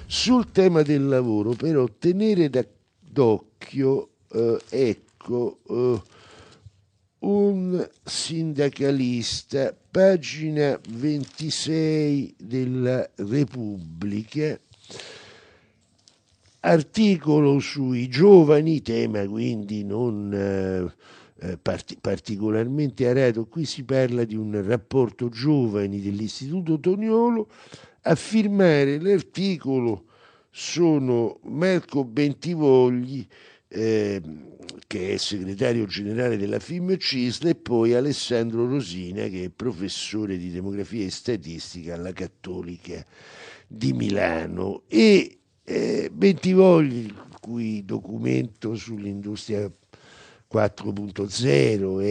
Sul tema del lavoro, però, tenere d'occhio, un sindacalista, pagina 26 della Repubblica, articolo sui giovani, tema quindi non particolarmente arato. Qui si parla di un rapporto giovani dell'Istituto Toniolo. A firmare l'articolo sono Marco Bentivogli, che è segretario generale della FIM-CISL, e poi Alessandro Rosina, che è professore di demografia e statistica alla Cattolica di Milano. E Bentivogli, il cui documento sull'industria 4.0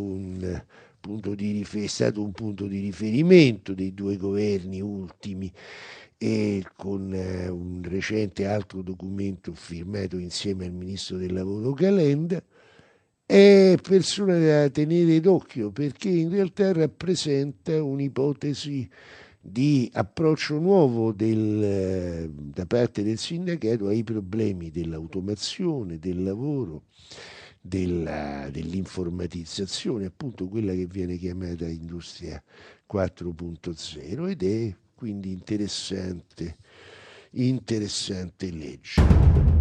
è stato un punto di riferimento dei due governi ultimi, e con un recente altro documento firmato insieme al ministro del lavoro Calenda, è persona da tenere d'occhio, perché in realtà rappresenta un'ipotesi di approccio nuovo da parte del sindacato ai problemi dell'automazione, del lavoro, dell'informatizzazione, appunto quella che viene chiamata industria 4.0, ed è quindi interessante legge.